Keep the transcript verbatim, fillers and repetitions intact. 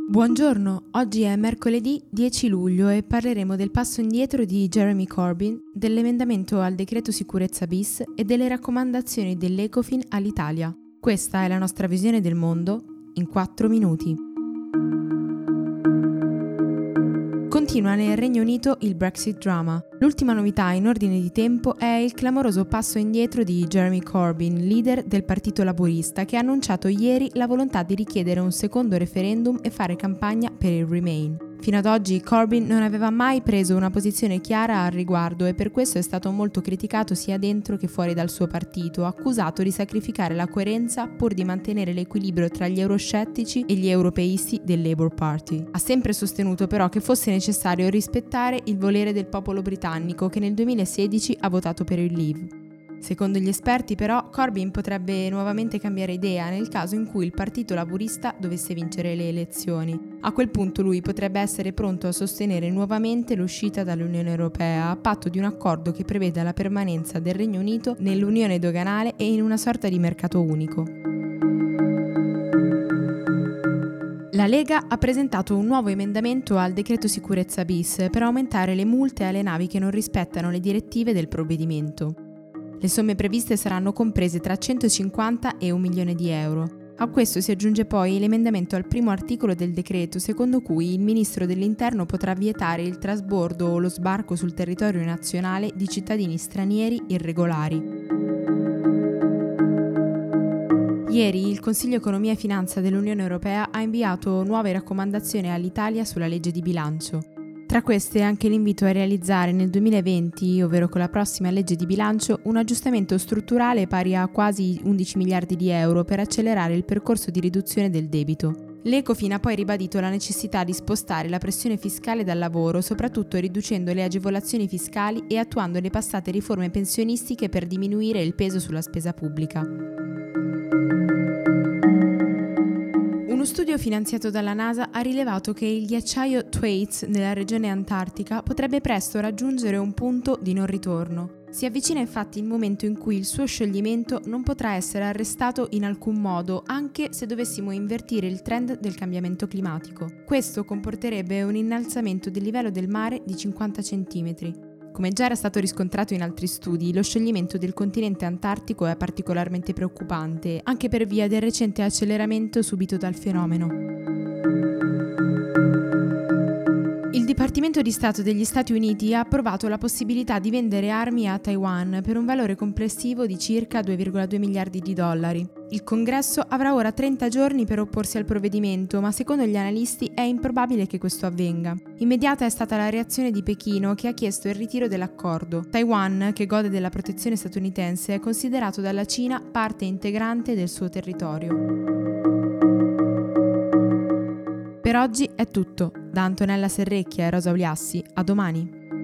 Buongiorno, oggi è mercoledì dieci luglio e parleremo del passo indietro di Jeremy Corbyn, dell'emendamento al decreto sicurezza bis e delle raccomandazioni dell'Ecofin all'Italia. Questa è la nostra visione del mondo in quattro minuti. Continua nel Regno Unito il Brexit drama. L'ultima novità in ordine di tempo è il clamoroso passo indietro di Jeremy Corbyn, leader del Partito Laburista, che ha annunciato ieri la volontà di richiedere un secondo referendum e fare campagna per il Remain. Fino ad oggi Corbyn non aveva mai preso una posizione chiara al riguardo e per questo è stato molto criticato sia dentro che fuori dal suo partito, accusato di sacrificare la coerenza pur di mantenere l'equilibrio tra gli euroscettici e gli europeisti del Labour Party. Ha sempre sostenuto però che fosse necessario rispettare il volere del popolo britannico che nel duemilasedici ha votato per il Leave. Secondo gli esperti però Corbyn potrebbe nuovamente cambiare idea nel caso in cui il partito laburista dovesse vincere le elezioni. A quel punto lui potrebbe essere pronto a sostenere nuovamente l'uscita dall'Unione Europea a patto di un accordo che preveda la permanenza del Regno Unito nell'Unione doganale e in una sorta di mercato unico. La Lega ha presentato un nuovo emendamento al decreto sicurezza bis per aumentare le multe alle navi che non rispettano le direttive del provvedimento. Le somme previste saranno comprese tra centocinquanta e un milione di euro. A questo si aggiunge poi l'emendamento al primo articolo del decreto, secondo cui il ministro dell'Interno potrà vietare il trasbordo o lo sbarco sul territorio nazionale di cittadini stranieri irregolari. Ieri il Consiglio Economia e Finanza dell'Unione Europea ha inviato nuove raccomandazioni all'Italia sulla legge di bilancio. Tra queste anche l'invito a realizzare nel duemilaventi, ovvero con la prossima legge di bilancio, un aggiustamento strutturale pari a quasi undici miliardi di euro per accelerare il percorso di riduzione del debito. L'Ecofin ha poi ribadito la necessità di spostare la pressione fiscale dal lavoro, soprattutto riducendo le agevolazioni fiscali e attuando le passate riforme pensionistiche per diminuire il peso sulla spesa pubblica. Uno studio finanziato dalla NASA ha rilevato che il ghiacciaio Thwaites nella regione antartica potrebbe presto raggiungere un punto di non ritorno. Si avvicina infatti il momento in cui il suo scioglimento non potrà essere arrestato in alcun modo, anche se dovessimo invertire il trend del cambiamento climatico. Questo comporterebbe un innalzamento del livello del mare di cinquanta centimetri. Come già era stato riscontrato in altri studi, lo scioglimento del continente antartico è particolarmente preoccupante, anche per via del recente acceleramento subito dal fenomeno. Il Dipartimento di Stato degli Stati Uniti ha approvato la possibilità di vendere armi a Taiwan per un valore complessivo di circa due virgola due miliardi di dollari. Il Congresso avrà ora trenta giorni per opporsi al provvedimento, ma secondo gli analisti è improbabile che questo avvenga. Immediata è stata la reazione di Pechino, che ha chiesto il ritiro dell'accordo. Taiwan, che gode della protezione statunitense, è considerato dalla Cina parte integrante del suo territorio. Per oggi è tutto. Da Antonella Serrecchia e Rosa Uliassi, a domani.